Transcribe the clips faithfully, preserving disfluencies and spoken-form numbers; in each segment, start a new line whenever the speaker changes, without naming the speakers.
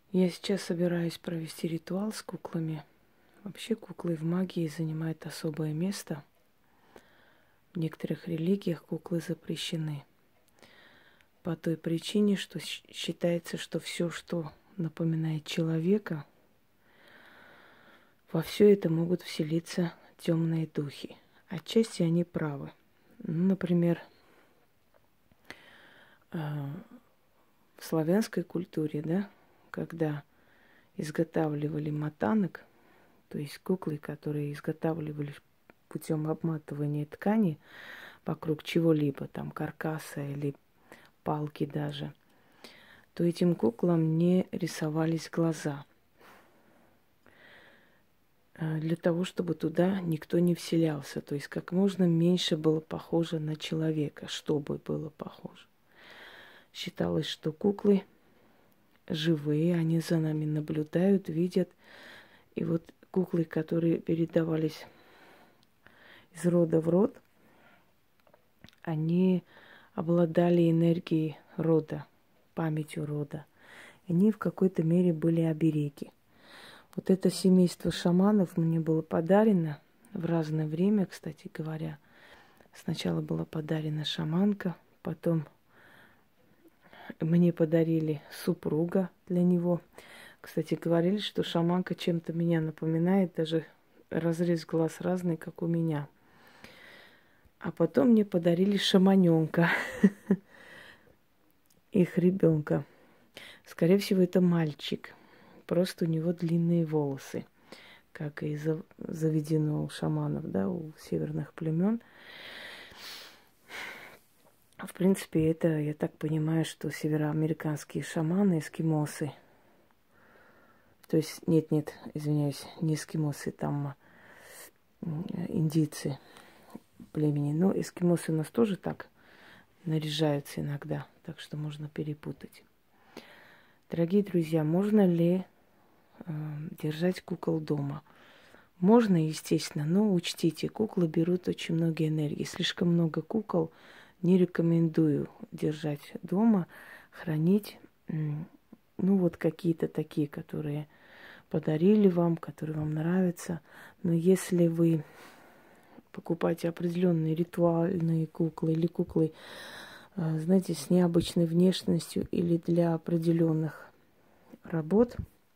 Я сейчас собираюсь провести ритуал с куклами. Вообще куклы в магии занимают особое место. В некоторых религиях куклы запрещены. По той причине, что считается, что все, что напоминает человека, во все это могут вселиться темные духи. Отчасти они правы. Ну, например, в славянской культуре, да, когда изготавливали матанок, то есть куклы, которые изготавливали путем обматывания ткани вокруг чего-либо, там каркаса или палки даже, то этим куклам не рисовались глаза. Для того, чтобы туда никто не вселялся. То есть как можно меньше было похоже на человека, чтобы было похоже. Считалось, что куклы живые, они за нами наблюдают, видят. И вот куклы, которые передавались из рода в род, они обладали энергией рода, памятью рода. Они в какой-то мере были обереги. Вот это семейство шаманов мне было подарено в разное время, кстати говоря. Сначала была подарена шаманка, потом мне подарили супруга для него. Кстати, говорили, что шаманка чем-то меня напоминает, даже разрез глаз разный, как у меня. А потом мне подарили шаманенка, их ребенка. Скорее всего, это мальчик. Просто у него длинные волосы, как и заведено у шаманов, да, у северных племен. В принципе, это, я так понимаю, что североамериканские шаманы, эскимосы. То есть, нет-нет, извиняюсь, не эскимосы, там индийцы племени. Но эскимосы у нас тоже так наряжаются иногда, так что можно перепутать. Дорогие друзья, можно ли э, держать кукол дома? Можно, естественно, но учтите, куклы берут очень много энергии. Слишком много кукол не рекомендую держать дома, хранить. Ну, вот какие-то такие, которые подарили вам, которые вам нравятся. Но если вы покупаете определенные ритуальные куклы или куклы, знаете, с необычной внешностью или для определенных работ,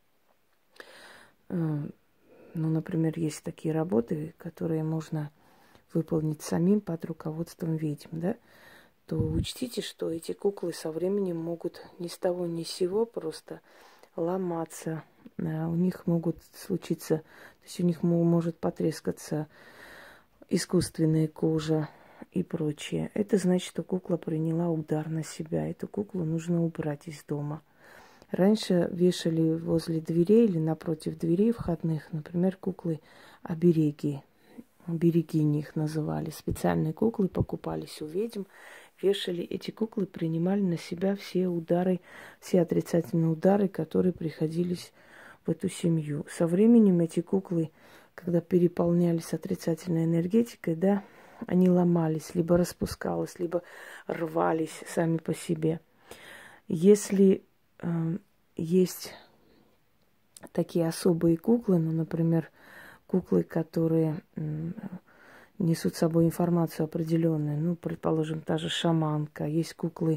ну, например, есть такие работы, которые можно выполнить самим под руководством ведьм, да, то учтите, что эти куклы со временем могут ни с того ни с сего просто ломаться. У них могут случиться, то есть у них может потрескаться искусственная кожа и прочее. Это значит, что кукла приняла удар на себя. Эту куклу нужно убрать из дома. Раньше вешали возле дверей или напротив дверей входных, например, куклы-обереги. Берегини их называли. Специальные куклы покупались у ведьм, вешали. Эти куклы принимали на себя все удары, все отрицательные удары, которые приходились в эту семью. Со временем эти куклы, когда переполнялись отрицательной энергетикой, да, они ломались, либо распускалось, либо рвались сами по себе. Если э, есть такие особые куклы, ну, например, куклы, которые несут с собой информацию определенную. Ну, предположим, та же шаманка. Есть куклы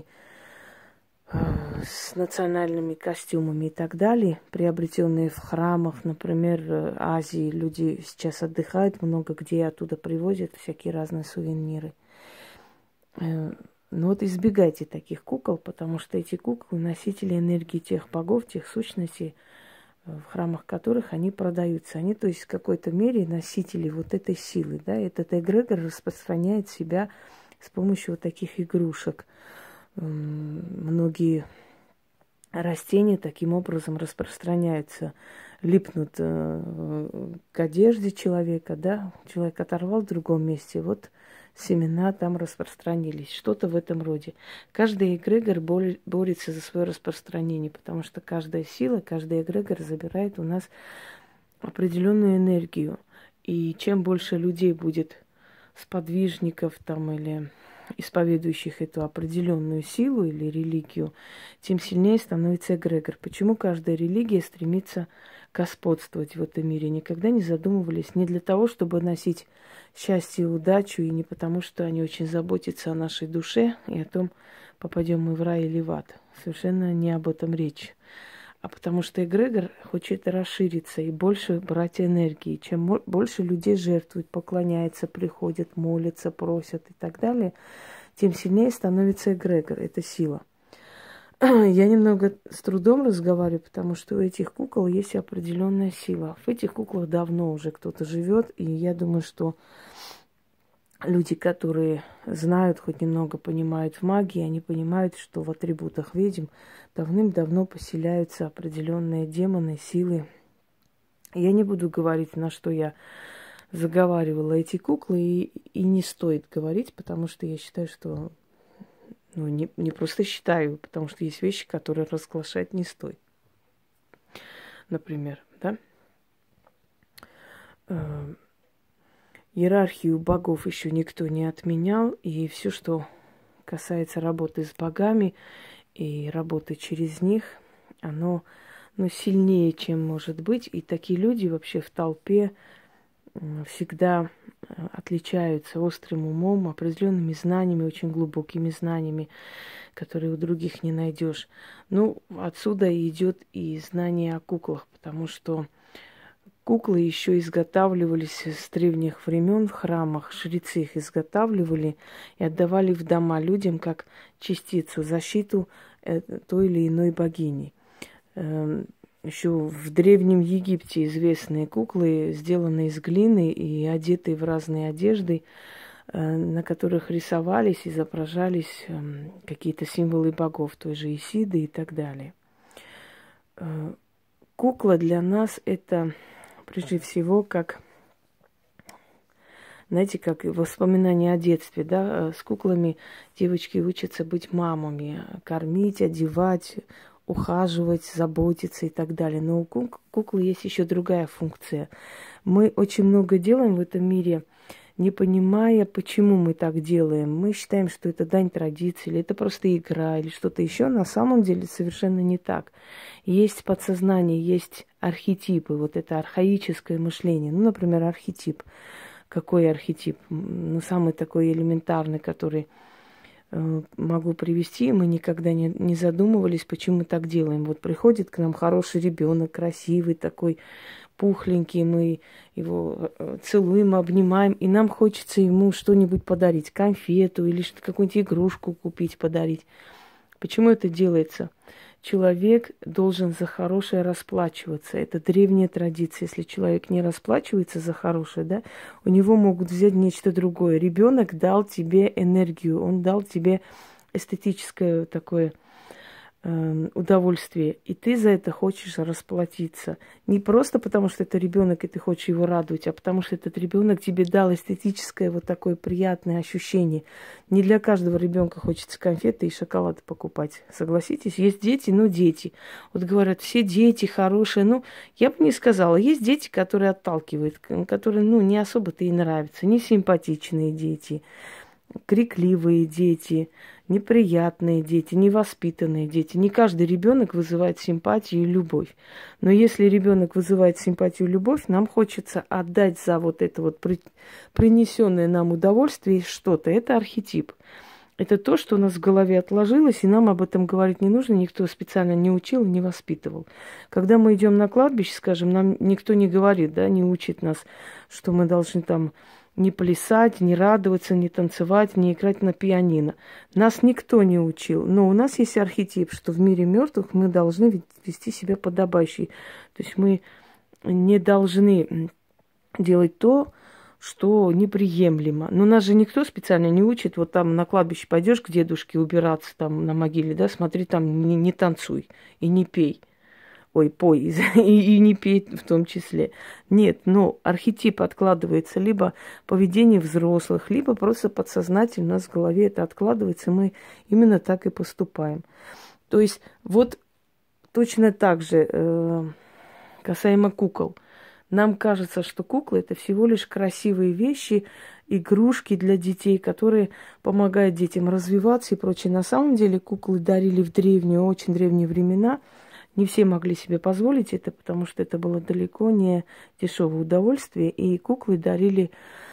с национальными костюмами и так далее, приобретенные в храмах, например, Азии. Люди сейчас отдыхают много где, оттуда привозят всякие разные сувениры. Но вот избегайте таких кукол, потому что эти куклы носители энергии тех богов, тех сущностей, в храмах которых они продаются. Они, то есть, в какой-то мере носители вот этой силы, да, этот эгрегор распространяет себя с помощью вот таких игрушек. Многие растения таким образом распространяются, липнут к одежде человека, да, человек оторвал в другом месте, вот семена там распространились, что-то в этом роде. Каждый эгрегор борется за свое распространение, потому что каждая сила, каждый эгрегор забирает у нас определенную энергию. И чем больше людей будет, сподвижников там или исповедующих эту определенную силу или религию, тем сильнее становится эгрегор. Почему каждая религия стремится господствовать в этом мире? Никогда не задумывались не для того, чтобы носить счастье и удачу, и не потому, что они очень заботятся о нашей душе и о том, попадем мы в рай или в ад. Совершенно не об этом речь. А потому что эгрегор хочет расшириться и больше брать энергии. Чем больше людей жертвуют, поклоняются, приходят, молятся, просят и так далее, тем сильнее становится эгрегор. Это сила. Я немного с трудом разговариваю, потому что у этих кукол есть определенная сила. В этих куклах давно уже кто-то живет, и я думаю, что люди, которые знают, хоть немного понимают в магии, они понимают, что в атрибутах ведьм давным-давно поселяются определенные демоны, силы. Я не буду говорить, на что я заговаривала эти куклы, и, и не стоит говорить, потому что я считаю, что... Ну, не, не просто считаю, потому что есть вещи, которые разглашать не стоит. Например, да? Иерархию богов еще никто не отменял, и все, что касается работы с богами и работы через них, оно, ну, сильнее, чем может быть. И такие люди вообще в толпе всегда отличаются острым умом, определенными знаниями, очень глубокими знаниями, которые у других не найдешь. Ну, отсюда идет и знание о куклах, потому что куклы еще изготавливались с древних времен в храмах. Жрецы их изготавливали и отдавали в дома людям как частицу, защиту той или иной богини. Еще в Древнем Египте известные куклы, сделанные из глины и одетые в разные одежды, на которых рисовались, изображались какие-то символы богов, той же Исиды и так далее. Кукла для нас это прежде всего как, знаете, как воспоминания о детстве, да, с куклами девочки учатся быть мамами, кормить, одевать, ухаживать, заботиться и так далее. Но у куклы есть еще другая функция. Мы очень много делаем в этом мире, не понимая, почему мы так делаем. Мы считаем, что это дань традиции, или это просто игра, или что-то еще. На самом деле совершенно не так. Есть подсознание, есть архетипы, вот это архаическое мышление. Ну, например, архетип. Какой архетип? Ну, самый такой элементарный, который э, могу привести. Мы никогда не, не задумывались, почему мы так делаем. Вот приходит к нам хороший ребенок, красивый такой, пухленький, мы его целуем, обнимаем, и нам хочется ему что-нибудь подарить, конфету или какую-нибудь игрушку купить, подарить. Почему это делается? Человек должен за хорошее расплачиваться. Это древняя традиция. Если человек не расплачивается за хорошее, да, у него могут взять нечто другое. Ребенок дал тебе энергию, он дал тебе эстетическое такое удовольствие, и ты за это хочешь расплатиться. Не просто потому, что это ребенок, и ты хочешь его радовать, а потому что этот ребенок тебе дал эстетическое вот такое приятное ощущение. Не для каждого ребенка хочется конфеты и шоколад покупать. Согласитесь? Есть дети, ну дети. Вот говорят, все дети хорошие. Ну, я бы не сказала. Есть дети, которые отталкивают, которые, ну, не особо-то и нравятся. Не симпатичные дети, крикливые дети, неприятные дети, невоспитанные дети. Не каждый ребенок вызывает симпатию и любовь. Но если ребенок вызывает симпатию и любовь, нам хочется отдать за вот это вот принесенное нам удовольствие что-то. Это архетип. Это то, что у нас в голове отложилось, и нам об этом говорить не нужно, никто специально не учил, не воспитывал. Когда мы идем на кладбище, скажем, нам никто не говорит, да, не учит нас, что мы должны там не плясать, не радоваться, не танцевать, не играть на пианино. Нас никто не учил. Но у нас есть архетип, что в мире мертвых мы должны вести себя подобающе. То есть мы не должны делать то, что неприемлемо. Но нас же никто специально не учит. Вот там на кладбище пойдешь к дедушке убираться там на могиле, да, смотри, там не, не танцуй и не пей. Ой, пой, и, и не пей в том числе. Нет, но архетип откладывается либо поведение взрослых, либо просто подсознательно у нас в голове это откладывается, и мы именно так и поступаем. То есть вот точно так же э, касаемо кукол. Нам кажется, что куклы – это всего лишь красивые вещи, игрушки для детей, которые помогают детям развиваться и прочее. На самом деле куклы дарили в древние, очень древние времена. Не все могли себе позволить это, потому что это было далеко не дешевое удовольствие. И куклы дарили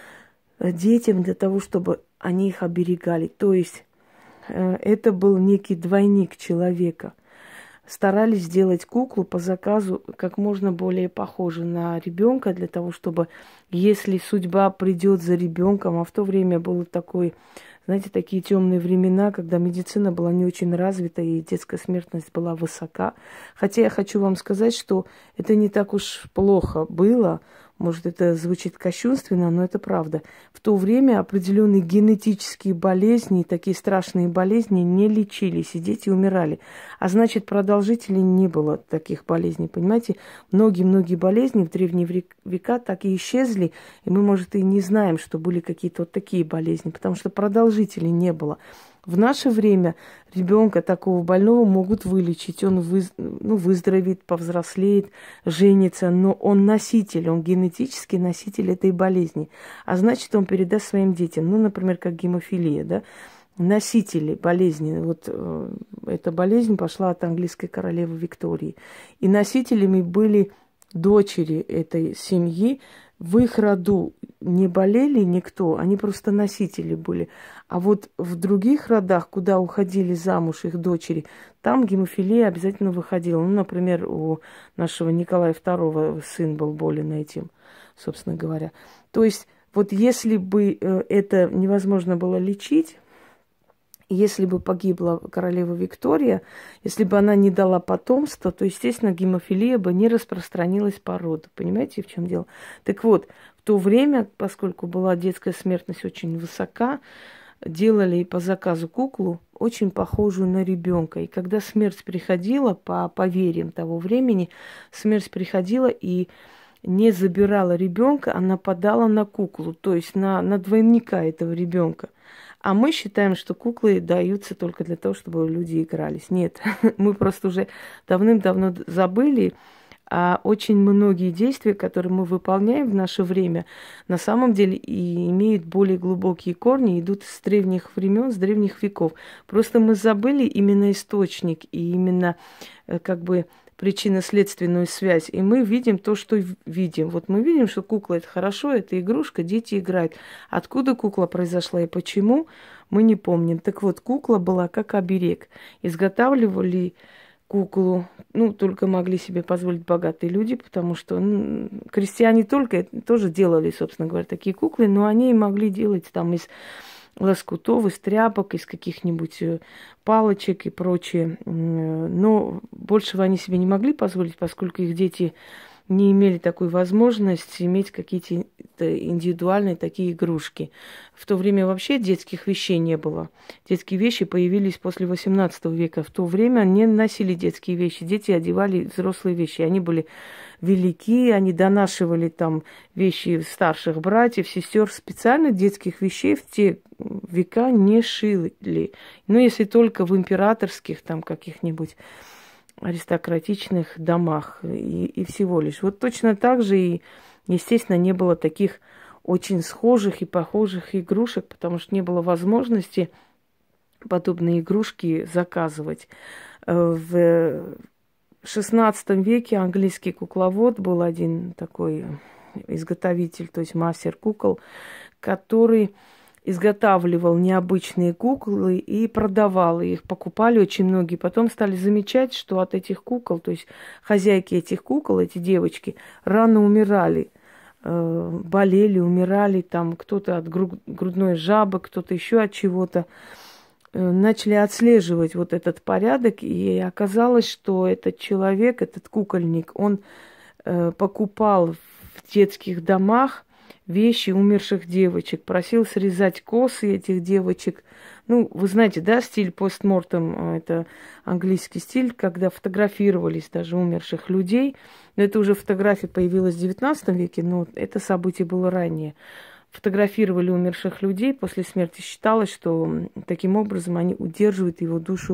детям для того, чтобы они их оберегали. То есть э, это был некий двойник человека. Старались сделать куклу по заказу как можно более похожей на ребенка, для того, чтобы, если судьба придет за ребенком, а в то время было такое, знаете, такие темные времена, когда медицина была не очень развита и детская смертность была высока. Хотя я хочу вам сказать, что это не так уж плохо было. Может, это звучит кощунственно, но это правда. В то время определенные генетические болезни, такие страшные болезни не лечились, и дети умирали. А значит, продолжителей не было таких болезней, понимаете? Многие-многие болезни в древние века так и исчезли, и мы, может, и не знаем, что были какие-то вот такие болезни, потому что продолжителей не было. В наше время ребенка такого больного могут вылечить, он выз, ну, выздоровеет, повзрослеет, женится, но он носитель, он генетический носитель этой болезни. А значит, он передаст своим детям, ну, например, как гемофилия, да, носители болезни. Вот э, эта болезнь пошла от английской королевы Виктории. И носителями были дочери этой семьи. В их роду не болели никто, они просто носители были. А вот в других родах, куда уходили замуж их дочери, там гемофилия обязательно выходила. Ну, например, у нашего Николая второго сын был болен этим, собственно говоря. То есть вот если бы это невозможно было лечить, если бы погибла королева Виктория, если бы она не дала потомства, то, естественно, гемофилия бы не распространилась по роду. Понимаете, в чем дело? Так вот, в то время, поскольку была детская смертность очень высока, делали по заказу куклу, очень похожую на ребенка. И когда смерть приходила, по поверьям того времени, смерть приходила и не забирала ребенка, а нападала на куклу, то есть на, на двойника этого ребенка. А мы считаем, что куклы даются только для того, чтобы люди игрались. Нет, мы просто уже давным-давно забыли, а очень многие действия, которые мы выполняем в наше время, на самом деле и имеют более глубокие корни, идут с древних времен, с древних веков. Просто мы забыли именно источник и именно как бы причинно-следственную связь. И мы видим то, что видим. Вот мы видим, что кукла – это хорошо, это игрушка, дети играют. Откуда кукла произошла и почему, мы не помним. Так вот, кукла была как оберег. Изготавливали куклу, ну, только могли себе позволить богатые люди, потому что ну, крестьяне только тоже делали, собственно говоря, такие куклы, но они могли делать там из лоскутов, из тряпок, из каких-нибудь палочек и прочее. Но большего они себе не могли позволить, поскольку их дети не имели такой возможности иметь какие-то индивидуальные такие игрушки. В то время вообще детских вещей не было. Детские вещи появились после восемнадцатого века. В то время не носили детские вещи. Дети одевали взрослые вещи. Они были велики, они донашивали там вещи старших братьев, сестер. Специально детских вещей в те века не шили. Ну, если только в императорских там каких-нибудь аристократичных домах и, и всего лишь. Вот точно так же и, естественно, не было таких очень схожих и похожих игрушек, потому что не было возможности подобные игрушки заказывать. В шестнадцатом веке английский кукловод был один такой изготовитель, то есть мастер кукол, который изготавливал необычные куклы и продавал их. Покупали очень многие. Потом стали замечать, что от этих кукол, то есть хозяйки этих кукол, эти девочки, рано умирали. Э, болели, умирали. Там кто-то от гру- грудной жабы, кто-то еще от чего-то. Э, начали отслеживать вот этот порядок. И оказалось, что этот человек, этот кукольник, он э, покупал в детских домах вещи умерших девочек, просил срезать косы этих девочек. Ну, вы знаете, да, стиль постмортем, это английский стиль, когда фотографировались даже умерших людей. Но это уже фотография появилась в девятнадцатом веке, но это событие было ранее. Фотографировали умерших людей после смерти. Считалось, что таким образом они удерживают его душу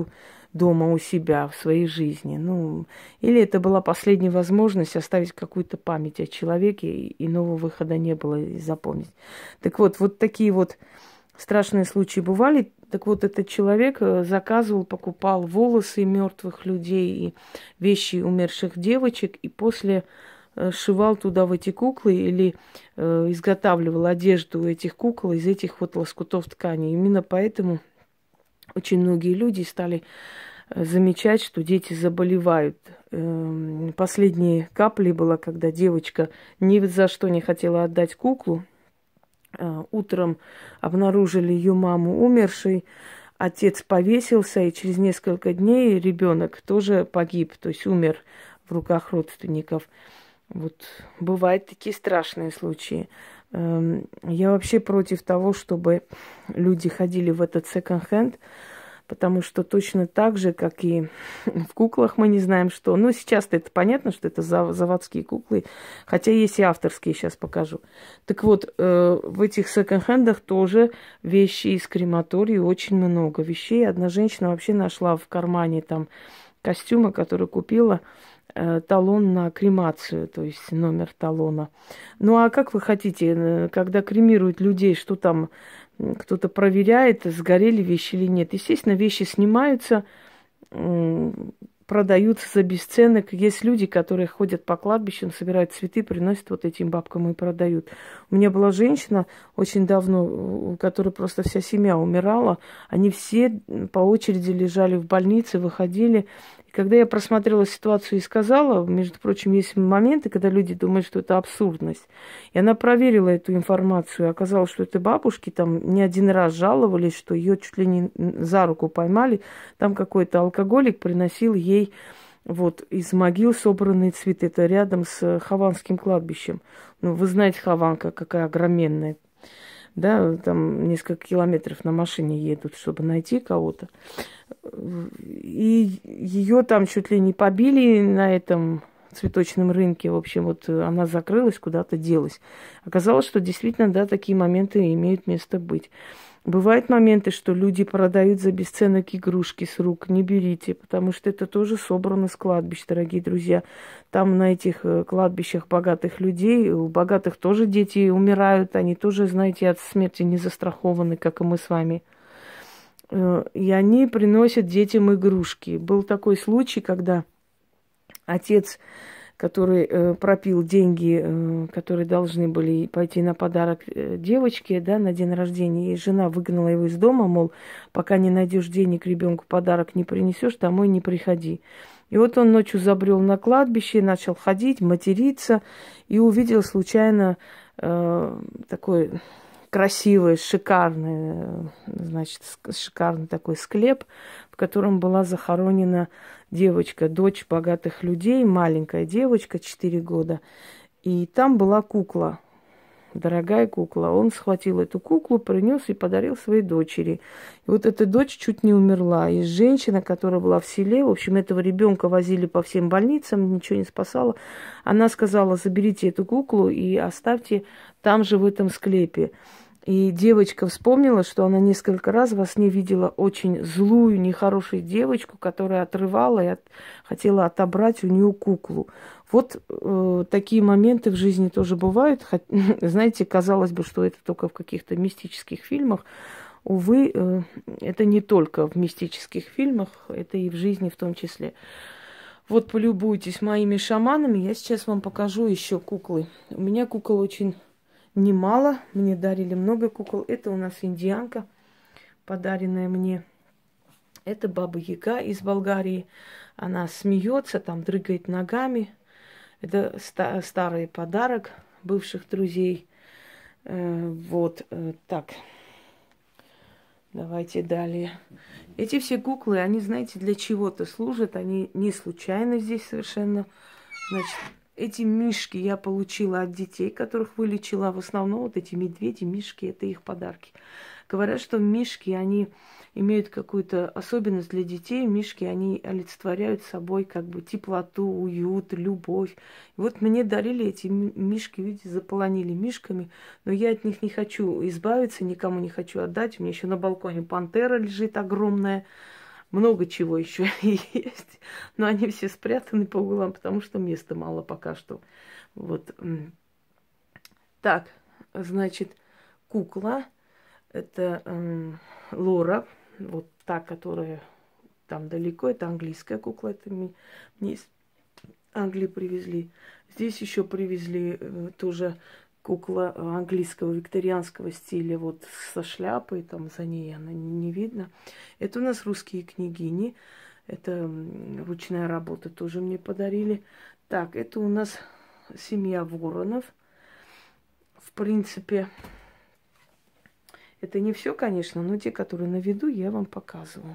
дома у себя, в своей жизни. Ну, или это была последняя возможность оставить какую-то память о человеке, и иного выхода не было и запомнить. Так вот, вот такие вот страшные случаи бывали. Так вот, этот человек э, заказывал, покупал волосы мертвых людей и вещи умерших девочек, и после э, сшивал туда в эти куклы или э, изготавливал одежду этих кукол из этих вот лоскутов ткани. Именно поэтому очень многие люди стали э, замечать, что дети заболевают. Эм, Последней каплей была, когда девочка ни за что не хотела отдать куклу. Э, Утром обнаружили ее маму умершей, отец повесился, и через несколько дней ребенок тоже погиб, то есть умер в руках родственников. Вот бывают такие страшные случаи. Эм, Я вообще против того, чтобы люди ходили в этот секонд-хенд, потому что точно так же, как и в куклах мы не знаем, что... Ну, сейчас-то это понятно, что это зав- заводские куклы, хотя есть и авторские, сейчас покажу. Так вот, э, в этих секонд-хендах тоже вещи из крематория, очень много вещей. Одна женщина вообще нашла в кармане там костюма, который купила, э, талон на кремацию, то есть номер талона. Ну, а как вы хотите, э, когда кремируют людей, что там... Кто-то проверяет, сгорели вещи или нет. Естественно, вещи снимаются, м, продаются за бесценок. Есть люди, которые ходят по кладбищам, собирают цветы, приносят вот этим бабкам и продают. У меня была женщина очень давно, у которой просто вся семья умирала. Они все по очереди лежали в больнице, выходили. И когда я просмотрела ситуацию и сказала, между прочим, есть моменты, когда люди думают, что это абсурдность. И она проверила эту информацию. Оказалось, что это бабушки там не один раз жаловались, что ее чуть ли не за руку поймали. Там какой-то алкоголик приносил ей вот из могил собранные цветы. Это рядом с Хованским кладбищем. Ну, вы знаете, Хованка какая огроменная. Да, там несколько километров на машине едут, чтобы найти кого-то. И ее там чуть ли не побили на этом цветочном рынке. В общем, вот она закрылась, куда-то делась. Оказалось, что действительно, да, такие моменты имеют место быть. Бывают моменты, что люди продают за бесценок игрушки с рук. Не берите, потому что это тоже собрано с кладбищ, дорогие друзья. Там на этих э, кладбищах богатых людей, у богатых тоже дети умирают. Они тоже, знаете, от смерти не застрахованы, как и мы с вами. Э, И они приносят детям игрушки. Был такой случай, когда отец, который э, пропил деньги, э, которые должны были пойти на подарок э, девочке, да, на день рождения, и жена выгнала его из дома, мол, пока не найдешь денег, ребенку подарок не принесешь, домой не приходи. И вот он ночью забрел на кладбище, начал ходить, материться, и увидел случайно э, такой красивый, шикарный, э, значит, ск- шикарный такой склеп, в котором была захоронена девочка, дочь богатых людей, маленькая девочка, четыре года. И там была кукла, дорогая кукла. Он схватил эту куклу, принес и подарил своей дочери. И вот эта дочь чуть не умерла. И женщина, которая была в селе, в общем, этого ребенка возили по всем больницам, ничего не спасало. Она сказала: заберите эту куклу и оставьте там же, в этом склепе. И девочка вспомнила, что она несколько раз во сне видела очень злую, нехорошую девочку, которая отрывала и от... хотела отобрать у нее куклу. Вот э, такие моменты в жизни тоже бывают. Хоть, знаете, казалось бы, что это только в каких-то мистических фильмах. Увы, э, это не только в мистических фильмах, это и в жизни в том числе. Вот полюбуйтесь моими шаманами. Я сейчас вам покажу еще куклы. У меня кукол очень... немало. Мне дарили много кукол. Это у нас индианка, подаренная мне. Это Баба Яга из Болгарии. Она смеется, там дрыгает ногами. Это ста- старый подарок бывших друзей. Э, вот э, так. Давайте далее. Эти все куклы, они, знаете, для чего-то служат. Они не случайно здесь совершенно. Значит, эти мишки я получила от детей, которых вылечила. В основном вот эти медведи, мишки, это их подарки. Говорят, что мишки, они имеют какую-то особенность для детей. Мишки, они олицетворяют собой как бы теплоту, уют, любовь. И вот мне дарили эти мишки, видите, заполонили мишками. Но я от них не хочу избавиться, никому не хочу отдать. У меня еще на балконе пантера лежит огромная. много чего еще есть. Но они все спрятаны по углам, потому что места мало пока что. Вот. Так, значит, кукла. Это э, Лора. Вот та, которая там далеко. Это английская кукла. Это мне из Англии привезли. Здесь еще привезли э, тоже кукла английского викторианского стиля, вот со шляпой, там за ней она не видно. Это у нас русские княгини. Это ручная работа тоже мне подарили. Так, это у нас семья Воронов. В принципе, это не все, конечно, но те, которые на виду, я вам показываю.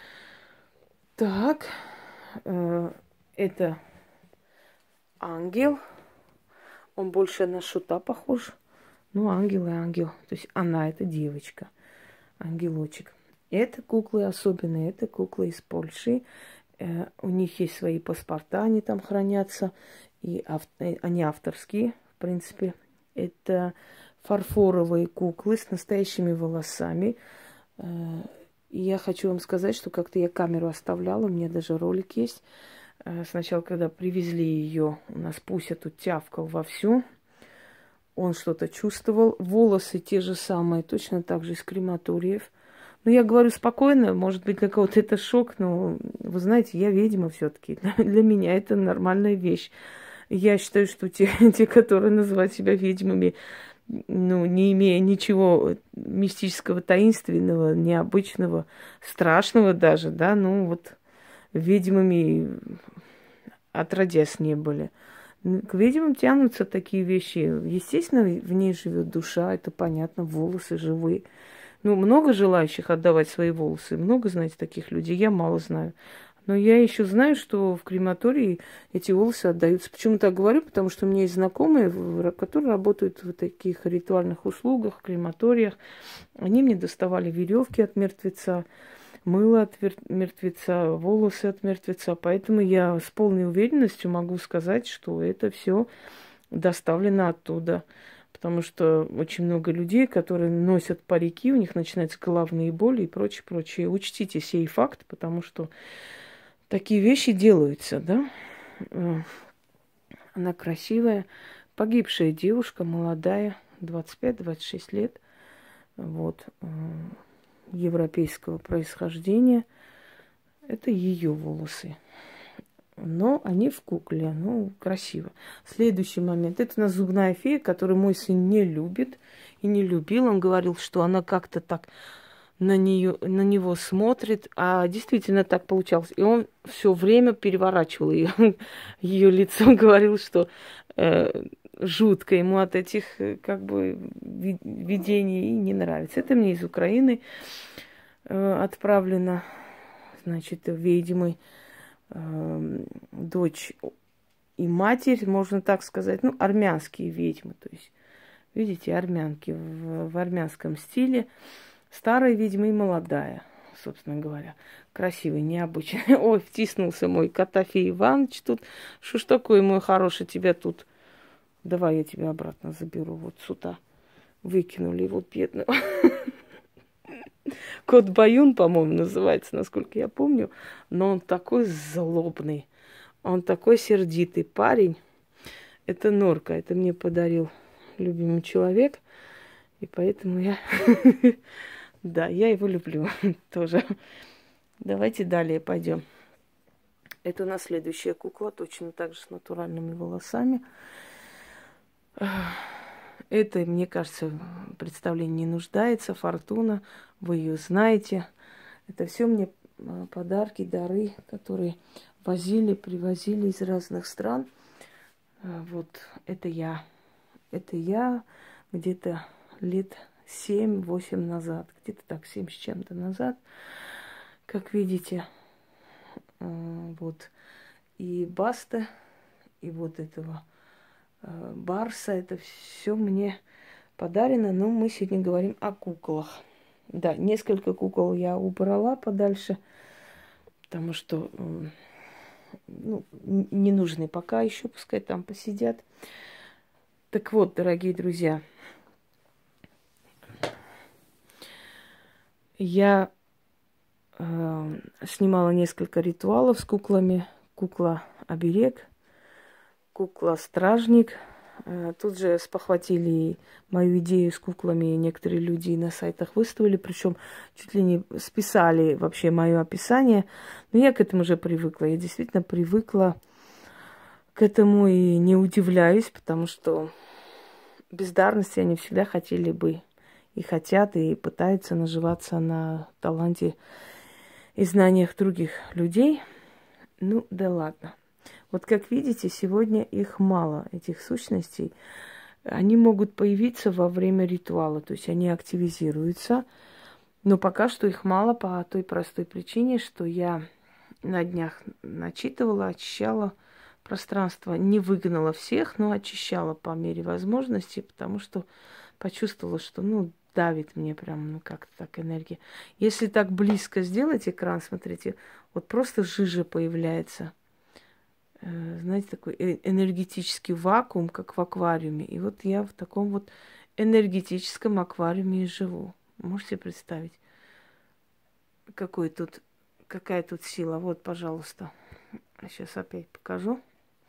Так, э, это ангел. Он больше на шута похож. Ну, ангел и ангел. То есть она это девочка. Ангелочек. Это куклы особенные. Это куклы из Польши. Э, у них есть свои паспорта, они там хранятся. И ав... они авторские, в принципе. Это фарфоровые куклы с настоящими волосами. Э, и я хочу вам сказать, что как-то я камеру оставляла. У меня даже ролик есть. Сначала, когда привезли ее, у нас Пуся тут тявкал вовсю. Он что-то чувствовал. Волосы те же самые, точно так же из крематориев. Ну, я говорю спокойно, может быть, для кого-то это шок, но, вы знаете, я ведьма все-таки. Для, для меня это нормальная вещь. Я считаю, что те, те, которые называют себя ведьмами, ну, не имея ничего мистического, таинственного, необычного, страшного даже, да, ну, вот ведьмами отродясь не были. К ведьмам тянутся такие вещи. Естественно, в ней живет душа, это понятно, волосы живые. Ну, много желающих отдавать свои волосы. Много, знаете, таких людей. Я мало знаю. Но я еще знаю, что в крематории эти волосы отдаются. Почему так говорю? Потому что у меня есть знакомые, которые работают в таких ритуальных услугах, крематориях. Они мне доставали веревки от мертвеца, мыло от мертвеца, волосы от мертвеца. Поэтому я с полной уверенностью могу сказать, что это все доставлено оттуда. Потому что очень много людей, которые носят парики, у них начинаются головные боли и прочее, прочее. Учтите сей факт, потому что такие вещи делаются, да. Она красивая, погибшая девушка, молодая, двадцать пять двадцать шесть лет. Вот. Европейского происхождения. Это ее волосы. Но они в кукле. Ну, красиво. Следующий момент. Это у нас зубная фея, которую мой сын не любит и не любил. Он говорил, что она как-то так на, нее, на него смотрит. А действительно так получалось. И он все время переворачивал ее, ее лицо. Говорил, что э, жутко ему от этих как бы видений не нравится. Это мне из Украины э, отправлено. Значит, ведьмы. Дочь и матерь, можно так сказать, ну, армянские ведьмы, то есть, видите, армянки в, в армянском стиле, старая ведьма и молодая, собственно говоря, красивый, необычный. Ой, втиснулся мой Котофей Иванович тут, что ж такое, мой хороший, тебя тут, давай я тебя обратно заберу, вот сюда, выкинули его бедного. Кот Баюн, по-моему, называется, насколько я помню. Но он такой злобный. Он такой сердитый парень. Это норка. Это мне подарил любимый человек. И поэтому я... Да, я его люблю тоже. Давайте далее пойдем. Это у нас следующая кукла. Точно так же с натуральными волосами. Это, мне кажется, представление не нуждается. Фортуна, вы ее знаете. Это все мне подарки, дары, которые возили, привозили из разных стран. Вот это я. Это я где-то лет семь-восемь назад. Где-то так, семь с чем-то назад. Как видите, вот и Баста, и вот этого Барса, это все мне подарено, но мы сегодня говорим о куклах. Да, несколько кукол я убрала подальше, потому что ну, не нужны пока еще, пускай там посидят. Так вот, дорогие друзья, я э, снимала несколько ритуалов с куклами. Кукла-оберег, кукла-стражник. Э, тут же спохватили мою идею с куклами, некоторые люди на сайтах выставили, причем чуть ли не списали вообще мое описание. Но я к этому уже привыкла. Я действительно привыкла к этому и не удивляюсь, потому что бездарности они всегда хотели бы и хотят, и пытаются наживаться на таланте и знаниях других людей. Ну, да ладно. Вот как видите, сегодня их мало, этих сущностей. Они могут появиться во время ритуала, то есть они активизируются. Но пока что их мало по той простой причине, что я на днях начитывала, очищала пространство. Не выгнала всех, но очищала по мере возможности, потому что почувствовала, что, ну, давит мне прям, ну, как-то так энергия. Если так близко сделать экран, смотрите, вот просто жижа появляется. Знаете, такой энергетический вакуум, как в аквариуме. И вот я в таком вот энергетическом аквариуме и живу. Можете представить, какой тут, какая тут сила? Вот, пожалуйста. Сейчас опять покажу.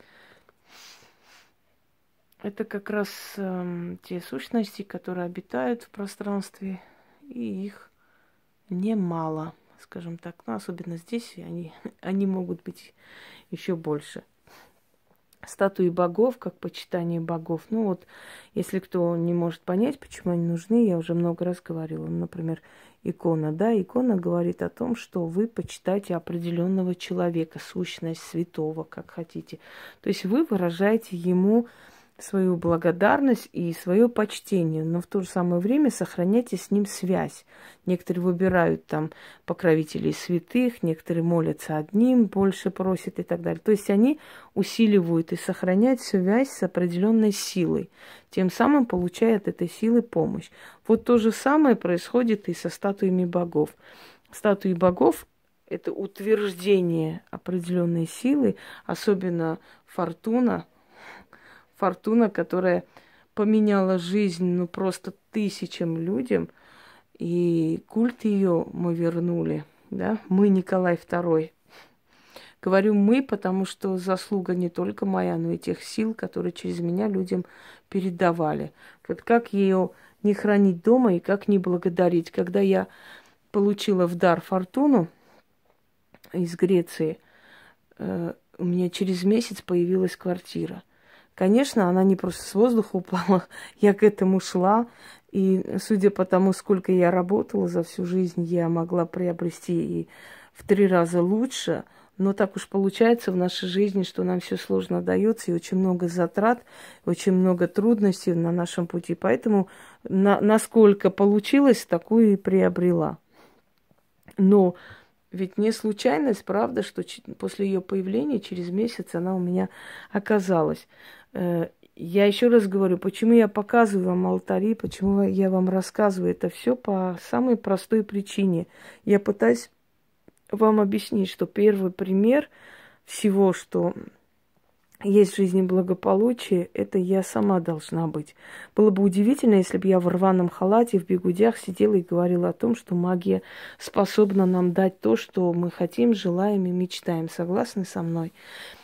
Это как раз э, те сущности, которые обитают в пространстве, и их немало, скажем так. Ну, особенно здесь они, они могут быть еще больше. Статуи богов, как почитание богов. Ну вот, если кто не может понять, почему они нужны, я уже много раз говорила. Например, икона, да, икона говорит о том, что вы почитаете определенного человека, сущность святого, как хотите. То есть вы выражаете ему свою благодарность и свое почтение, но в то же самое время сохраняйте с ним связь. Некоторые выбирают там покровителей святых, некоторые молятся одним, больше просят и так далее. То есть они усиливают и сохраняют связь с определенной силой, тем самым получая от этой силы помощь. Вот то же самое происходит и со статуями богов. Статуи богов – это утверждение определенной силы, особенно фортуна, Фортуна, которая поменяла жизнь, ну, просто тысячам людям, и культ ее мы вернули, да, мы, Николай второй. Говорю «мы», потому что заслуга не только моя, но и тех сил, которые через меня людям передавали. Вот как ее не хранить дома и как не благодарить. Когда я получила в дар Фортуну из Греции, э, у меня через месяц появилась квартира. Конечно, она не просто с воздуха упала, я к этому шла, и судя по тому, сколько я работала за всю жизнь, я могла приобрести и в три раза лучше, но так уж получается в нашей жизни, что нам все сложно дается, и очень много затрат, очень много трудностей на нашем пути, поэтому на, насколько получилось, такую и приобрела. Но ведь не случайность, правда, что после ее появления через месяц она у меня оказалась. Я еще раз говорю, почему я показываю вам алтари, почему я вам рассказываю это все по самой простой причине. Я пытаюсь вам объяснить, что первый пример всего, что есть в жизни благополучие, это я сама должна быть. Было бы удивительно, если бы я в рваном халате, в бигудях сидела и говорила о том, что магия способна нам дать то, что мы хотим, желаем и мечтаем. Согласны со мной?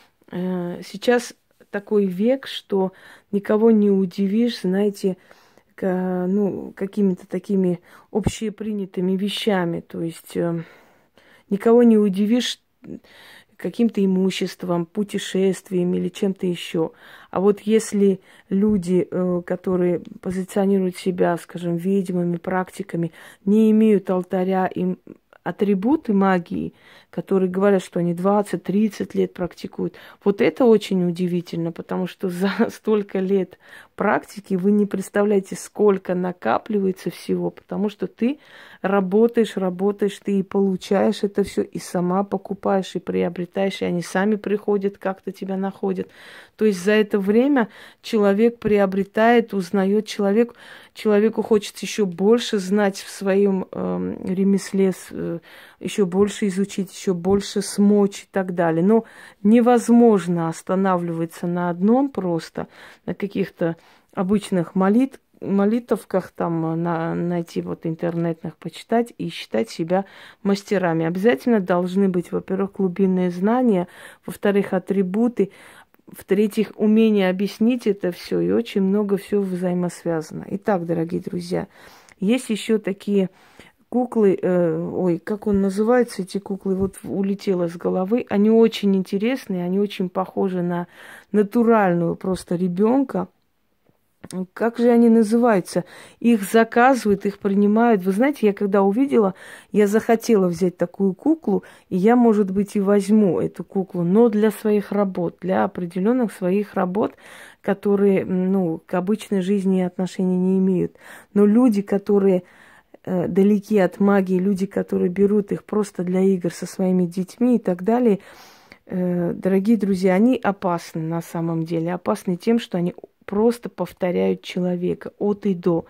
Сейчас такой век, что никого не удивишь, знаете, к, ну, какими-то такими общепринятыми вещами. То есть э, никого не удивишь каким-то имуществом, путешествием или чем-то еще. А вот если люди, э, которые позиционируют себя, скажем, ведьмами, практиками, не имеют алтаря, им атрибуты магии, которые говорят, что они двадцать-тридцать лет практикуют. Вот это очень удивительно, потому что за столько лет практики вы не представляете, сколько накапливается всего, потому что ты работаешь, работаешь, ты и получаешь это все, и сама покупаешь, и приобретаешь, и они сами приходят, как-то тебя находят. То есть за это время человек приобретает, узнает человек, человеку хочется еще больше знать в своем э, ремесле, э, еще больше изучить, еще больше смочь и так далее. Но невозможно останавливаться на одном просто, на каких-то обычных молитв, молитовках там на, найти вот интернетных, почитать и считать себя мастерами. Обязательно должны быть, во-первых, глубинные знания, во-вторых, атрибуты, в-третьих, умение объяснить это все, и очень много все взаимосвязано. Итак, дорогие друзья, есть еще такие куклы, э, ой, как он называется, эти куклы, вот улетело с головы. Они очень интересные, они очень похожи на натуральную просто ребенка. Как же они называются? Их заказывают, их принимают. Вы знаете, я когда увидела, я захотела взять такую куклу, и я, может быть, и возьму эту куклу, но для своих работ, для определенных своих работ, которые, ну, к обычной жизни отношения не имеют. Но люди, которые э, далеки от магии, люди, которые берут их просто для игр со своими детьми и так далее, э, дорогие друзья, они опасны на самом деле. Опасны тем, что они просто повторяют человека от и до.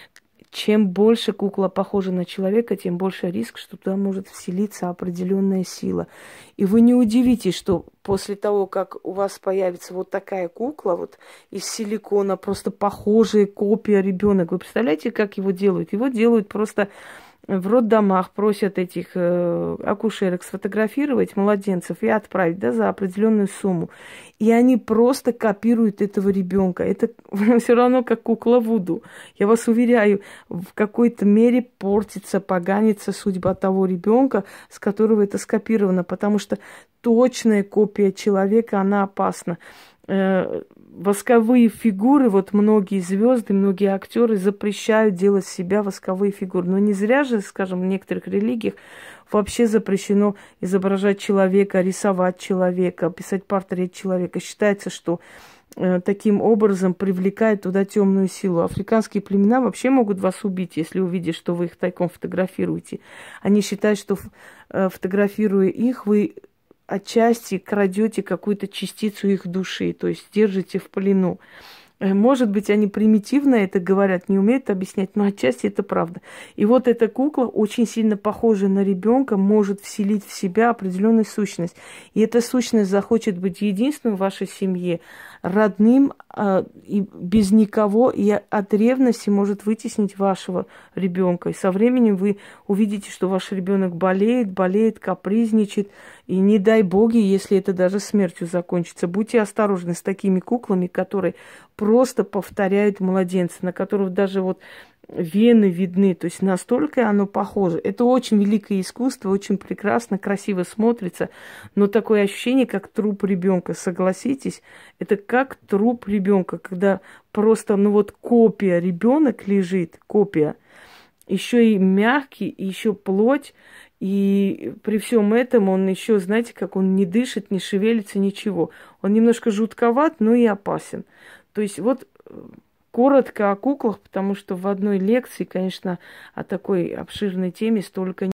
Чем больше кукла похожа на человека, тем больше риск, что туда может вселиться определенная сила. И вы не удивитесь, что после того, как у вас появится вот такая кукла, вот из силикона, просто похожая копия ребенка, вы представляете, как его делают? Его делают просто в роддомах, просят этих э, акушерок сфотографировать младенцев и отправить, да, за определенную сумму. И они просто копируют этого ребенка. Это все равно как кукла Вуду. Я вас уверяю, в какой-то мере портится, поганится судьба того ребенка, с которого это скопировано, потому что точная копия человека, она опасна. Э, восковые фигуры, вот многие звезды, многие актеры запрещают делать с себя восковые фигуры. Но не зря же, скажем, в некоторых религиях вообще запрещено изображать человека, рисовать человека, писать портрет человека. Считается, что э, таким образом привлекает туда темную силу. Африканские племена вообще могут вас убить, если увидят, что вы их тайком фотографируете. Они считают, что э, фотографируя их, вы отчасти крадете какую-то частицу их души, то есть держите в плену. Может быть, они примитивно это говорят, не умеют объяснять, но отчасти это правда. И вот эта кукла, очень сильно похожая на ребенка, может вселить в себя определенную сущность. И эта сущность захочет быть единственным в вашей семье, родным, а, и без никого, и от ревности может вытеснить вашего ребенка. И со временем вы увидите, что ваш ребенок болеет, болеет, капризничает. И не дай боги, если это даже смертью закончится. Будьте осторожны с такими куклами, которые просто повторяют младенца, на которых даже вот вены видны, то есть настолько оно похоже. Это очень великое искусство, очень прекрасно, красиво смотрится, но такое ощущение, как труп ребенка, согласитесь, это как труп ребенка, когда просто, ну вот копия ребенок лежит, копия, еще и мягкий, и еще плоть, и при всем этом он еще, знаете, как он не дышит, не шевелится, ничего. Он немножко жутковат, но и опасен. То есть вот коротко о куклах, потому что в одной лекции, конечно, о такой обширной теме столько